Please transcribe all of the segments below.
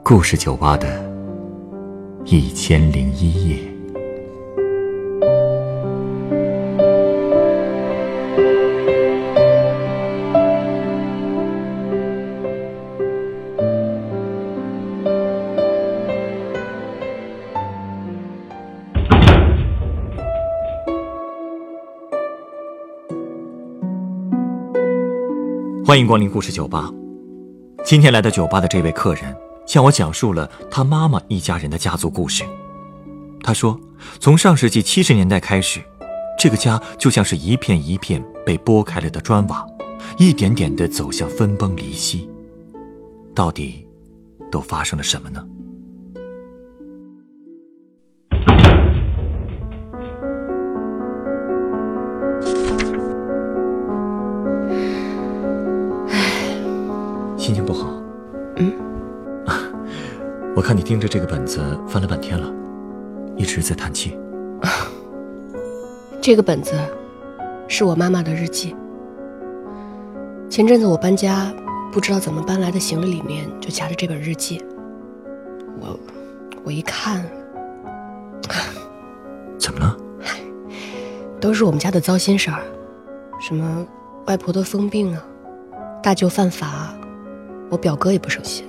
故事酒吧的1001夜。欢迎光临故事酒吧。今天来到酒吧的这位客人向我讲述了他妈妈一家人的家族故事。他说，从上世纪70年代开始，这个家就像是一片一片被剥开了的砖瓦，一点点地走向分崩离析。到底都发生了什么呢？心情不好？我看你盯着这个本子翻了半天了，一直在叹气。 这个本子是我妈妈的日记。前阵子我搬家，不知道怎么搬来的行李里面就夹着这本日记。我一看， 怎么了？ 都是我们家的糟心事儿，什么外婆的疯病啊，大舅犯法，我表哥也不省心。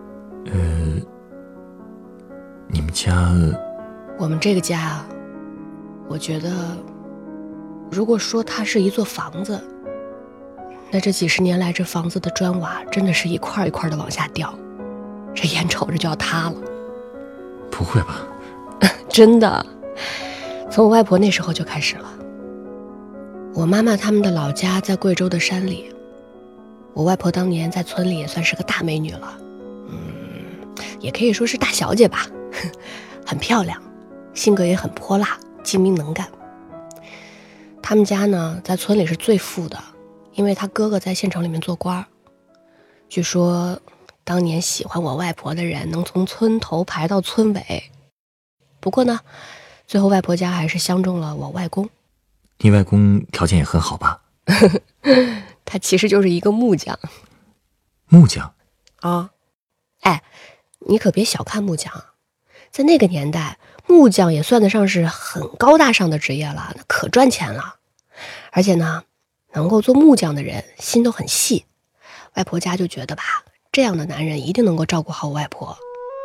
你们家…… 我们这个家啊，我觉得如果说它是一座房子，那这几十年来这房子的砖瓦真的是一块一块的往下掉，这眼瞅着就要塌了。 不会吧？ 真的，从我外婆那时候就开始了。我妈妈他们的老家在贵州的山里，我外婆当年在村里也算是个大美女了，也可以说是大小姐吧，很漂亮，性格也很泼辣，精明能干。他们家呢在村里是最富的，因为他哥哥在县城里面做官。据说当年喜欢我外婆的人能从村头排到村尾。不过呢，最后外婆家还是相中了我外公。 你外公条件也很好吧？ 他其实就是一个木匠。 木匠？ 啊，哎，你可别小看木匠，在那个年代，木匠也算得上是很高大上的职业了，那可赚钱了。而且呢，能够做木匠的人心都很细。外婆家就觉得吧，这样的男人一定能够照顾好我外婆。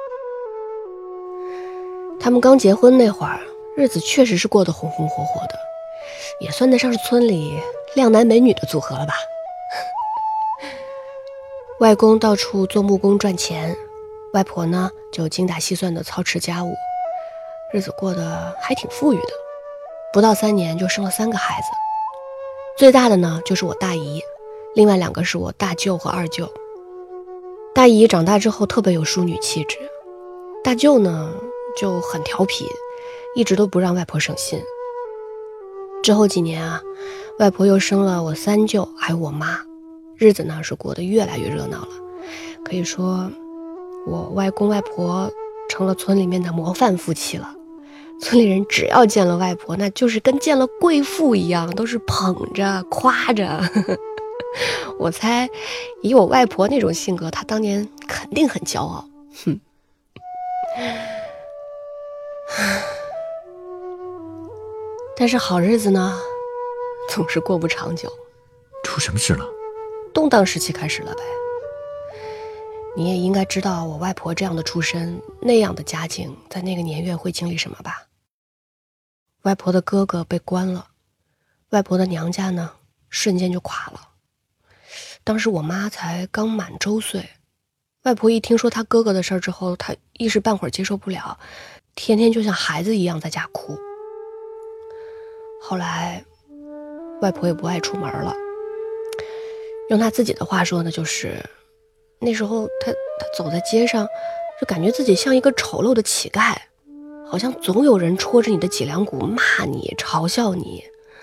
他们刚结婚那会儿，日子确实是过得红红火火的，也算得上是村里靓男美女的组合了吧。外公到处做木工赚钱，外婆呢就精打细算的操持家务，日子过得还挺富裕的。不到3年就生了3个孩子，最大的呢就是我大姨，另外2个是我大舅和二舅。大姨长大之后特别有淑女气质，大舅呢就很调皮，一直都不让外婆省心。之后几年啊，外婆又生了我3舅还有我妈，日子呢是过得越来越热闹了。可以说我外公外婆成了村里面的模范夫妻了。村里人只要见了外婆，那就是跟见了贵妇一样，都是捧着夸着。我猜以我外婆那种性格，她当年肯定很骄傲。但是好日子呢总是过不长久。 出什么事了？ 动荡时期开始了呗。你也应该知道我外婆这样的出身，那样的家境，在那个年月会经历什么吧。外婆的哥哥被关了，外婆的娘家呢瞬间就垮了。当时我妈才刚满周岁，外婆一听说她哥哥的事儿之后，她一时半会儿接受不了，天天就像孩子一样在家哭。后来外婆也不爱出门了，用她自己的话说呢，就是那时候她走在街上，就感觉自己像一个丑陋的乞丐，好像总有人戳着你的脊梁骨骂你嘲笑你。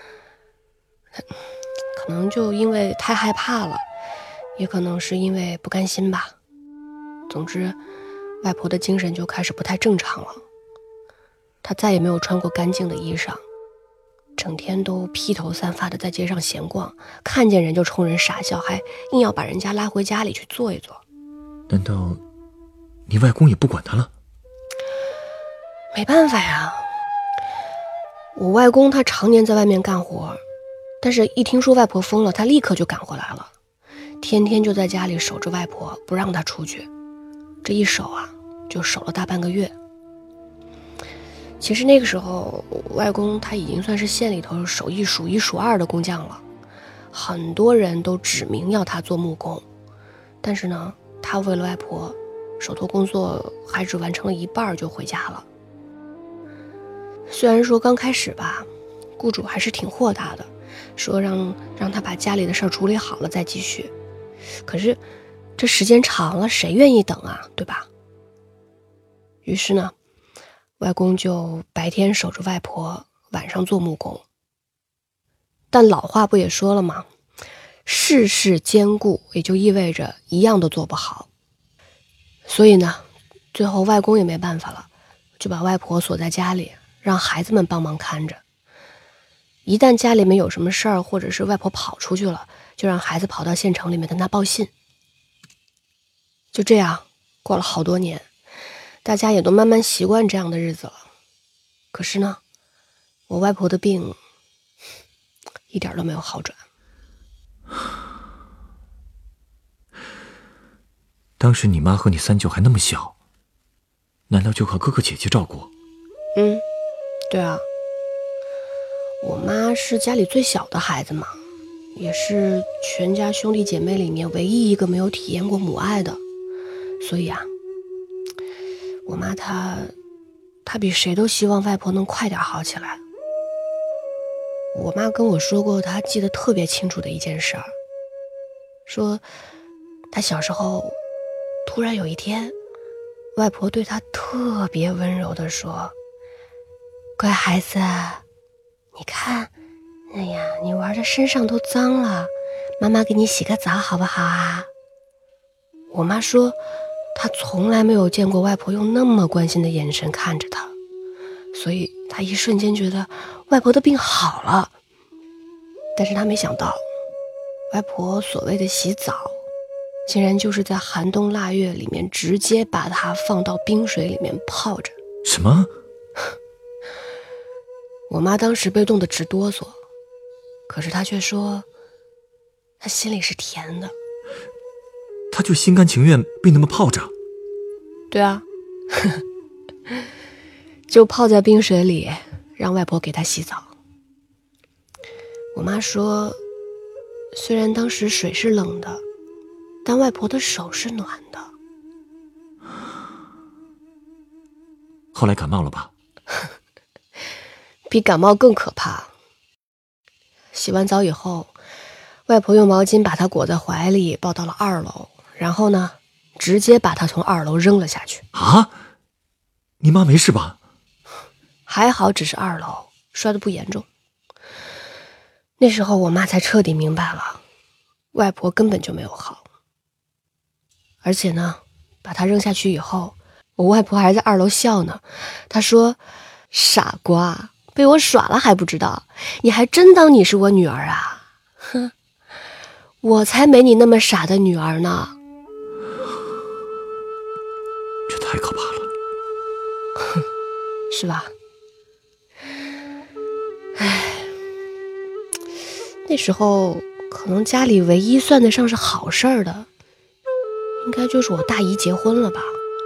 可能就因为太害怕了，也可能是因为不甘心吧。总之外婆的精神就开始不太正常了，她再也没有穿过干净的衣裳，整天都披头散发的在街上闲逛，看见人就冲人傻笑，还硬要把人家拉回家里去坐一坐。 难道你外公也不管他了？ 没办法呀，我外公他常年在外面干活，但是一听说外婆疯了，他立刻就赶回来了，天天就在家里守着外婆，不让她出去。这一守啊，就守了大半个月。其实那个时候，外公他已经算是县里头手艺数一数二的工匠了，很多人都指名要他做木工，但是呢，他为了外婆，手头工作还只完成了一半就回家了。虽然说刚开始吧，雇主还是挺豁达的，说让他把家里的事儿处理好了再继续。可是这时间长了，谁愿意等啊，对吧？于是呢，外公就白天守着外婆，晚上做木工。但老话不也说了吗？事事兼顾，也就意味着一样都做不好。所以呢，最后外公也没办法了，就把外婆锁在家里，让孩子们帮忙看着。一旦家里面有什么事儿，或者是外婆跑出去了，就让孩子跑到县城里面跟他报信。就这样过了好多年，大家也都慢慢习惯这样的日子了。可是呢，我外婆的病一点都没有好转。 当时你妈和你三舅还那么小，难道就靠哥哥姐姐照顾？ 对啊，我妈是家里最小的孩子嘛，也是全家兄弟姐妹里面唯一一个没有体验过母爱的，所以啊，我妈她比谁都希望外婆能快点好起来。我妈跟我说过她记得特别清楚的一件事儿，说她小时候突然有一天，外婆对她特别温柔地说：“乖孩子，你看，哎呀，你玩的身上都脏了，妈妈给你洗个澡好不好啊？”我妈说她从来没有见过外婆用那么关心的眼神看着她，所以她一瞬间觉得外婆的病好了。但是她没想到，外婆所谓的洗澡，竟然就是在寒冬腊月里面直接把她放到冰水里面泡着。 什么？ 我妈当时被冻得直哆嗦，可是她却说她心里是甜的。 她就心甘情愿被那么泡着？ 对啊，就泡在冰水里，让外婆给她洗澡。我妈说，虽然当时水是冷的，但外婆的手是暖的。 后来感冒了吧？ 比感冒更可怕。洗完澡以后，外婆用毛巾把她裹在怀里，抱到了2楼，然后呢，直接把她从2楼扔了下去。 啊？你妈没事吧？ 还好只是2楼，摔得不严重。那时候我妈才彻底明白了，外婆根本就没有好。而且呢，把她扔下去以后，我外婆还在2楼笑呢。她说：“傻瓜，被我耍了还不知道，你还真当你是我女儿啊？哼，我才没你那么傻的女儿呢。” 这太可怕了。 是吧？唉，那时候可能家里唯一算得上是好事儿的，应该就是我大姨结婚了吧。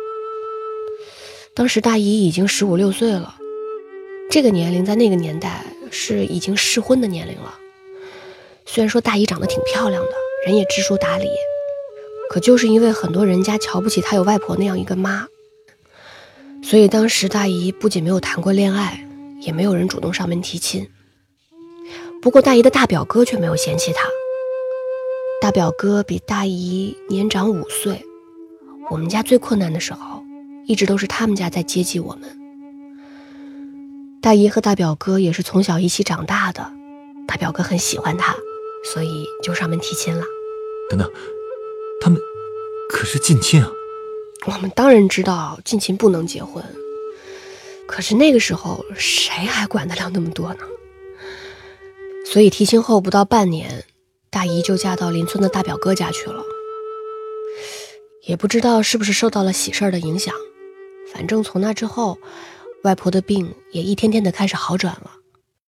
当时大姨已经15、16岁了，这个年龄在那个年代是已经适婚的年龄了。虽然说大姨长得挺漂亮的，人也知书达理，可就是因为很多人家瞧不起她有外婆那样一个妈，所以当时大姨不仅没有谈过恋爱，也没有人主动上门提亲。不过大姨的大表哥却没有嫌弃她。大表哥比大姨年长5岁，我们家最困难的时候，一直都是他们家在接济我们。大姨和大表哥也是从小一起长大的，大表哥很喜欢她，所以就上门提亲了。 等等，他们可是近亲啊。 我们当然知道近亲不能结婚，可是那个时候谁还管得了那么多呢？所以提亲后不到半年，大姨就嫁到邻村的大表哥家去了。 也不知道是不是受到了喜事儿的影响，反正从那之后，外婆的病也一天天的开始好转了。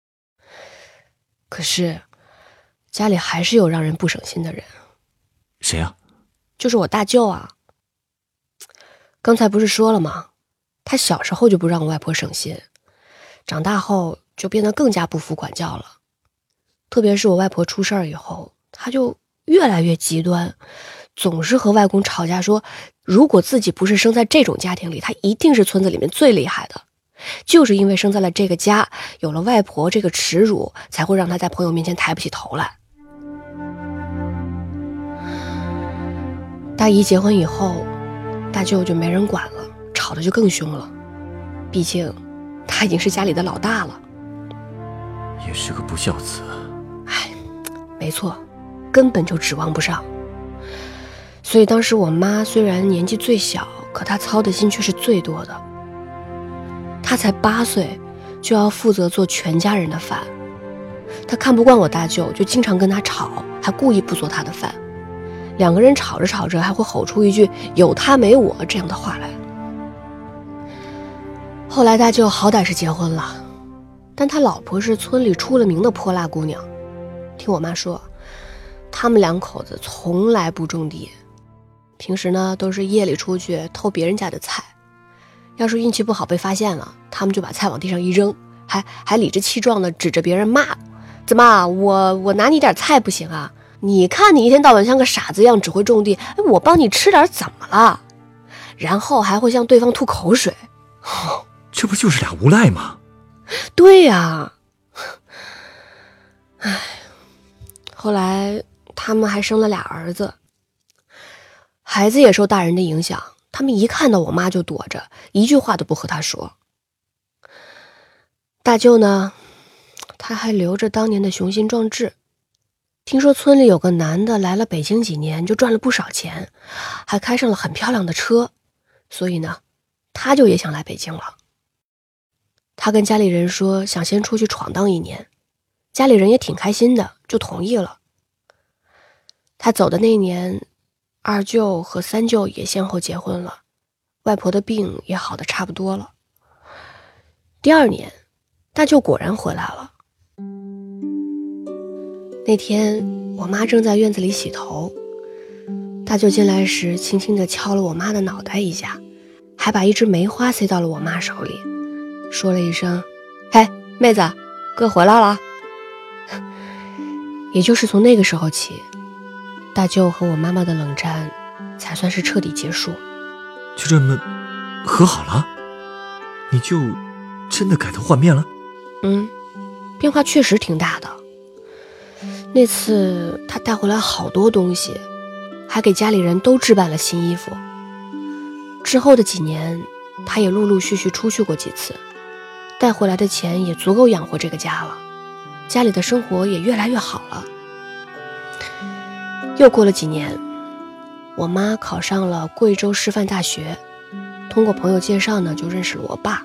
可是家里还是有让人不省心的人。 谁啊？ 就是我大舅啊。刚才不是说了吗？他小时候就不让我外婆省心，长大后就变得更加不服管教了。特别是我外婆出事儿以后，他就越来越极端，总是和外公吵架，说如果自己不是生在这种家庭里，他一定是村子里面最厉害的。就是因为生在了这个家，有了外婆这个耻辱，才会让他在朋友面前抬不起头来。大姨结婚以后，大舅就没人管了，吵得就更凶了。毕竟他已经是家里的老大了。 也是个不孝子。 哎，没错，根本就指望不上。所以当时我妈虽然年纪最小，可她操的心却是最多的。她才8岁，就要负责做全家人的饭。她看不惯我大舅，就经常跟他吵，还故意不做他的饭。两个人吵着吵着，还会吼出一句“有他没我”这样的话来。后来大舅好歹是结婚了，但他老婆是村里出了名的泼辣姑娘。听我妈说，他们2口子从来不种地，平时呢都是夜里出去偷别人家的菜。要是运气不好被发现了，他们就把菜往地上一扔，还理直气壮的指着别人骂：“怎么我拿你点菜不行啊？你看你一天到晚像个傻子一样只会种地，我帮你吃点怎么了？”然后还会向对方吐口水。 这不就是俩无赖吗？ 对呀。唉，后来他们还生了俩儿子，孩子也受大人的影响，他们一看到我妈就躲着，一句话都不和她说。大舅呢，他还留着当年的雄心壮志。听说村里有个男的来了北京几年，就赚了不少钱，还开上了很漂亮的车，所以呢，他就也想来北京了。他跟家里人说想先出去闯荡1年，家里人也挺开心的，就同意了。他走的那年，二舅和三舅也先后结婚了，外婆的病也好得差不多了。第2年，大舅果然回来了。那天我妈正在院子里洗头，大舅进来时轻轻地敲了我妈的脑袋一下，还把一支梅花塞到了我妈手里，说了一声：“嘿，妹子，哥回来了。”也就是从那个时候起，大舅和我妈妈的冷战才算是彻底结束。 就这么和好了？你就真的改头换面了？ 变化确实挺大的。那次他带回来好多东西，还给家里人都置办了新衣服。之后的几年，他也陆陆续续出去过几次，带回来的钱也足够养活这个家了，家里的生活也越来越好了。又过了几年，我妈考上了贵州师范大学，通过朋友介绍呢，就认识了我爸。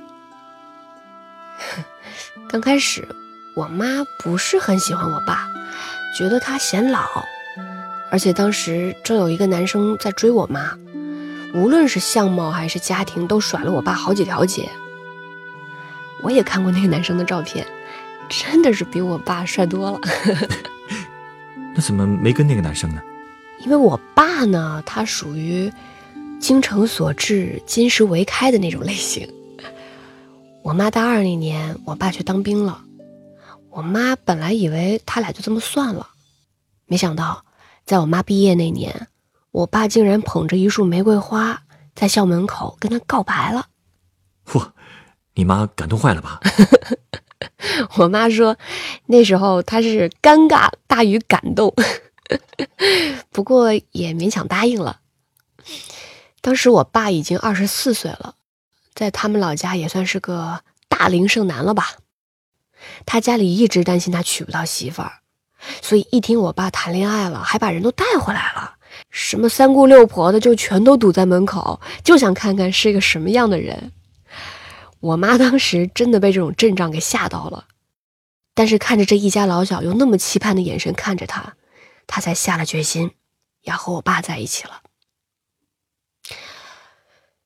刚开始我妈不是很喜欢我爸，觉得他显老，而且当时正有一个男生在追我妈，无论是相貌还是家庭都甩了我爸好几条街。我也看过那个男生的照片，真的是比我爸帅多了。 那怎么没跟那个男生呢？ 因为我爸呢，他属于精诚所至金石为开的那种类型。我妈大2那年，我爸去当兵了。我妈本来以为他俩就这么算了，没想到在我妈毕业那年，我爸竟然捧着一束玫瑰花在校门口跟她告白了。 嚯，你妈感动坏了吧？ 我妈说那时候她是尴尬大于感动，不过也勉强答应了。当时我爸已经24岁了，在他们老家也算是个大龄剩男了吧。他家里一直担心他娶不到媳妇儿，所以一听我爸谈恋爱了，还把人都带回来了，什么3姑6婆的就全都堵在门口，就想看看是一个什么样的人。我妈当时真的被这种阵仗给吓到了，但是看着这一家老小用那么期盼的眼神看着他，他才下了决心要和我爸在一起了。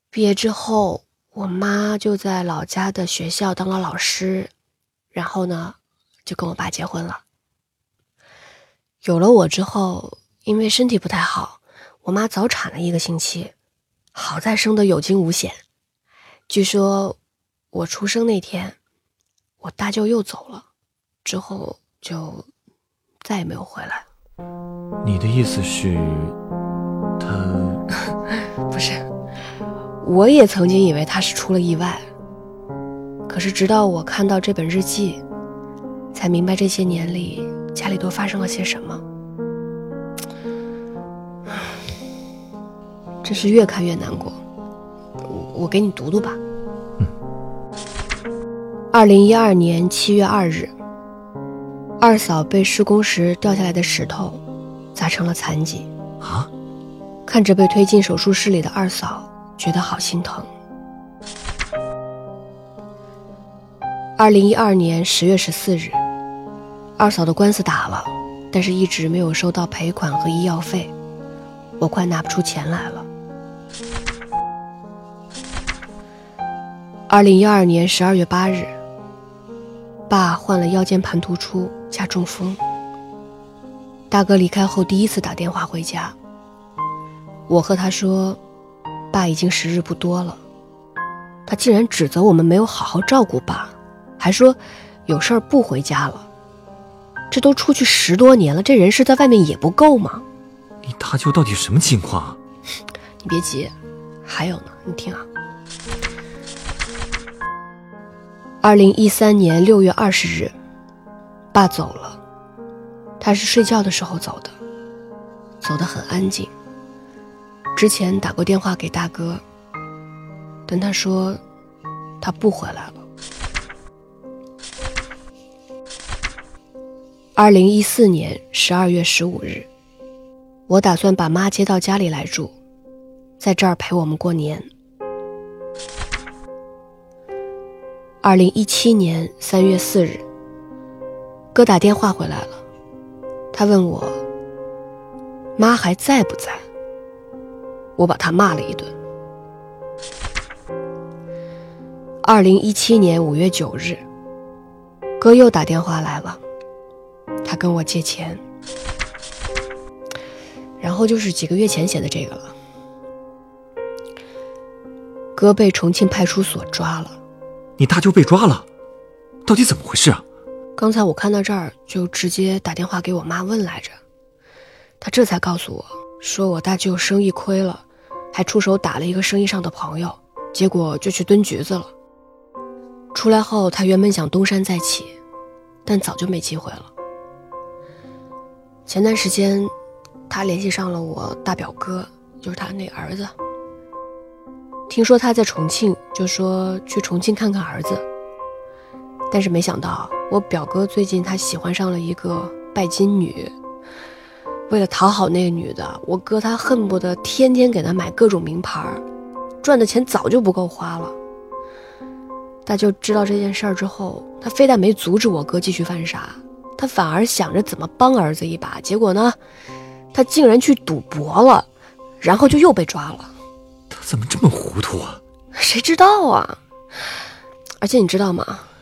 毕业之后，我妈就在老家的学校当了老师，然后呢，就跟我爸结婚了。有了我之后，因为身体不太好，我妈早产了1个星期，好在生得有惊无险。据说我出生那天，我大舅又走了，之后就再也没有回来。 你的意思是，他不是，我也曾经以为他是出了意外，可是直到我看到这本日记，才明白这些年里家里都发生了些什么。真是越看越难过，我给你读读吧。2012年7月2日，二嫂被施工时掉下来的石头砸成了残疾。 啊！ 看着被推进手术室里的二嫂，觉得好心疼。2012年10月14日，二嫂的官司打了，但是一直没有收到赔款和医药费，我快拿不出钱来了。2012年12月8日，爸患了腰间盘突出加中风。大哥离开后第一次打电话回家，我和他说，爸已经时日不多了。他竟然指责我们没有好好照顾爸，还说有事儿不回家了。这都出去10多年了，这人事在外面也不够吗？ 你大舅到底什么情况啊？ 你别急，还有呢，你听啊。2013年6月20日，爸走了。他是睡觉的时候走的，走得很安静。之前打过电话给大哥，但他说他不回来了。2014年12月15日，我打算把妈接到家里来住，在这儿陪我们过年。2017年3月4日，哥打电话回来了，他问我妈还在不在，我把他骂了一顿。2017年5月9日，哥又打电话来了，他跟我借钱，然后就是几个月前写的这个了。哥被重庆派出所抓了。 你大舅被抓了，到底怎么回事啊？ 刚才我看到这儿就直接打电话给我妈问来着，她这才告诉我说我大舅生意亏了，还出手打了一个生意上的朋友，结果就去蹲局子了。出来后他原本想东山再起，但早就没机会了。前段时间他联系上了我大表哥，就是他那儿子，听说他在重庆，就说去重庆看看儿子。但是没想到我表哥最近他喜欢上了一个拜金女，为了讨好那个女的，我哥他恨不得天天给他买各种名牌，赚的钱早就不够花了。大舅知道这件事儿之后，他非但没阻止我哥继续犯傻，他反而想着怎么帮儿子一把，结果呢，他竟然去赌博了，然后就又被抓了。 他怎么这么糊涂啊？ 谁知道啊？而且你知道吗？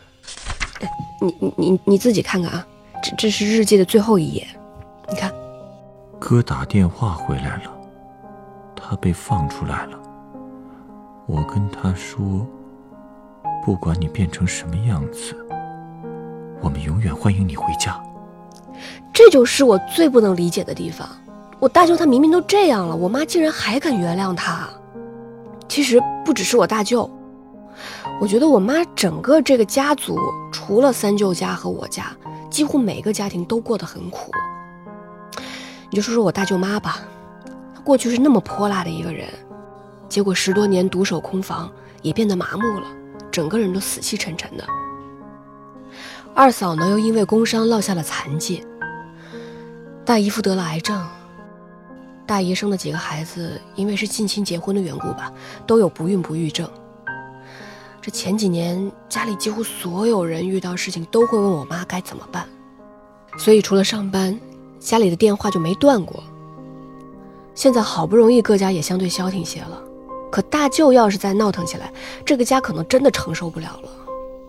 你自己看看啊，这是日记的最后一页，你看。 哥打电话回来了，他被放出来了。我跟他说，不管你变成什么样子，我们永远欢迎你回家。 这就是我最不能理解的地方，我大舅他明明都这样了，我妈竟然还肯原谅他。其实不只是我大舅，我觉得我妈整个这个家族，除了三舅家和我家，几乎每个家庭都过得很苦。你就说说我大舅妈吧，她过去是那么泼辣的一个人，结果10多年独守空房，也变得麻木了，整个人都死气沉沉的。二嫂呢，又因为工伤落下了残疾，大姨夫得了癌症，大姨生的几个孩子因为是近亲结婚的缘故吧，都有不孕不育症。这前几年家里几乎所有人遇到事情都会问我妈该怎么办，所以除了上班，家里的电话就没断过。现在好不容易各家也相对消停些了， 可大舅要是再闹腾起来，这个家可能真的承受不了了。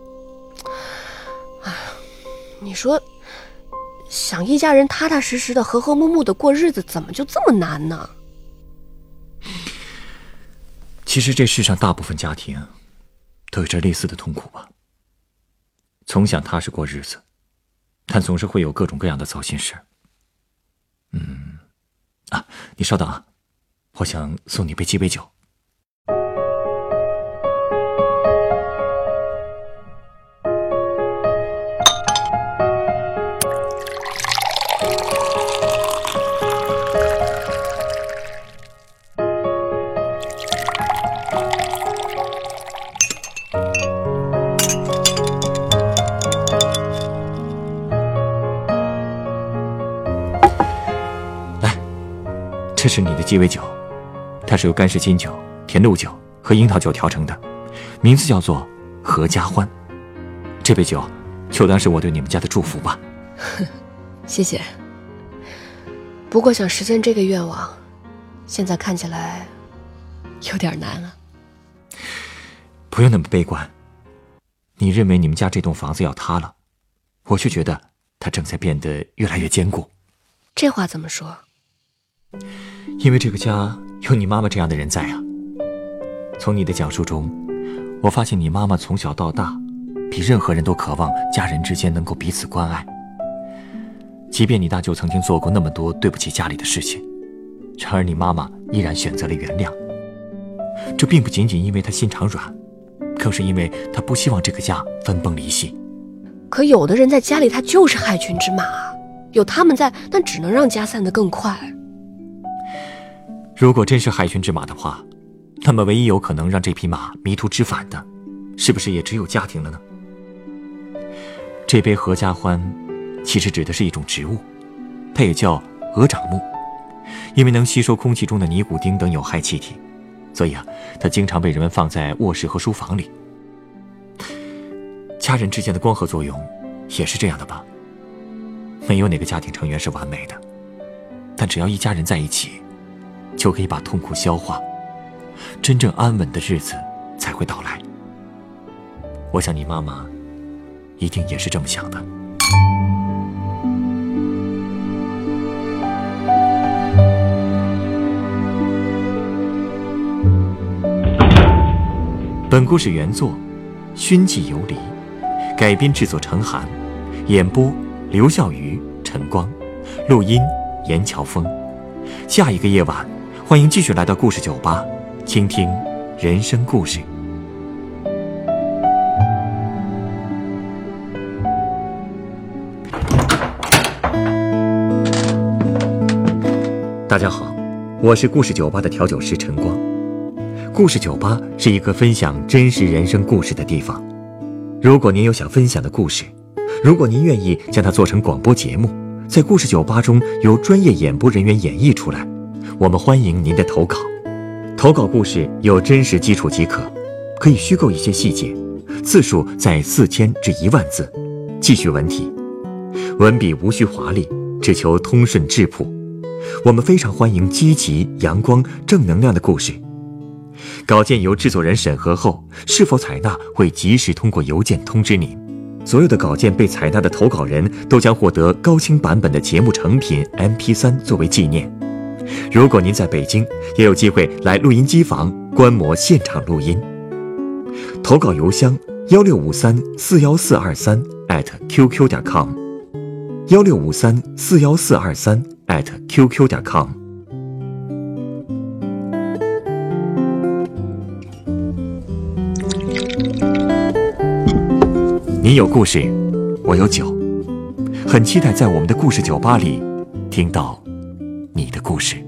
哎，你说想一家人踏踏实实的和和睦睦的过日子，怎么就这么难呢？ 其实这世上大部分家庭都有着类似的痛苦吧。总想踏实过日子，但总是会有各种各样的糟心事。你稍等啊，我想送你杯鸡尾酒。这是你的鸡尾酒，它是由干式金酒、甜露酒和樱桃酒调成的，名字叫做合家欢。这杯酒就当是我对你们家的祝福吧。 谢谢。不过想实现这个愿望，现在看起来有点难啊。 不用那么悲观，你认为你们家这栋房子要塌了，我却觉得它正在变得越来越坚固。 这话怎么说？ 因为这个家有你妈妈这样的人在啊。从你的讲述中，我发现你妈妈从小到大比任何人都渴望家人之间能够彼此关爱。即便你大舅曾经做过那么多对不起家里的事情，然而你妈妈依然选择了原谅。这并不仅仅因为她心肠软，更是因为她不希望这个家分崩离析。 可有的人在家里他就是害群之马，有他们在，那只能让家散得更快。 如果真是害群之马的话，那么唯一有可能让这匹马迷途知返的，是不是也只有家庭了呢？这杯合家欢其实指的是一种植物，它也叫鹅掌木，因为能吸收空气中的尼古丁等有害气体，所以它经常被人们放在卧室和书房里。家人之间的光合作用也是这样的吧？没有哪个家庭成员是完美的，但只要一家人在一起，就可以把痛苦消化，真正安稳的日子才会到来。我想你妈妈一定也是这么想的。本故事原作熏记游离，改编制作陈寒，演播刘笑瑜、陈光，录音严乔峰。下一个夜晚，欢迎继续来到故事酒吧，倾听人生故事。大家好，我是故事酒吧的调酒师陈光。故事酒吧是一个分享真实人生故事的地方。如果您有想分享的故事，如果您愿意将它做成广播节目，在故事酒吧中由专业演播人员演绎出来，我们欢迎您的投稿。投稿故事有真实基础即可，可以虚构一些细节，字数在4000至10000字，记叙文体，文笔无需华丽，只求通顺质朴。我们非常欢迎积极、阳光、正能量的故事。稿件由制作人审核后，是否采纳会及时通过邮件通知您。所有的稿件被采纳的投稿人都将获得高清版本的节目成品 MP3 作为纪念。如果您在北京，也有机会来录音机房观摩现场录音。投稿邮箱1653-41423@qq.com 1653-41423@qq.com。你有故事，我有酒，很期待在我们的故事酒吧里听到你的故事。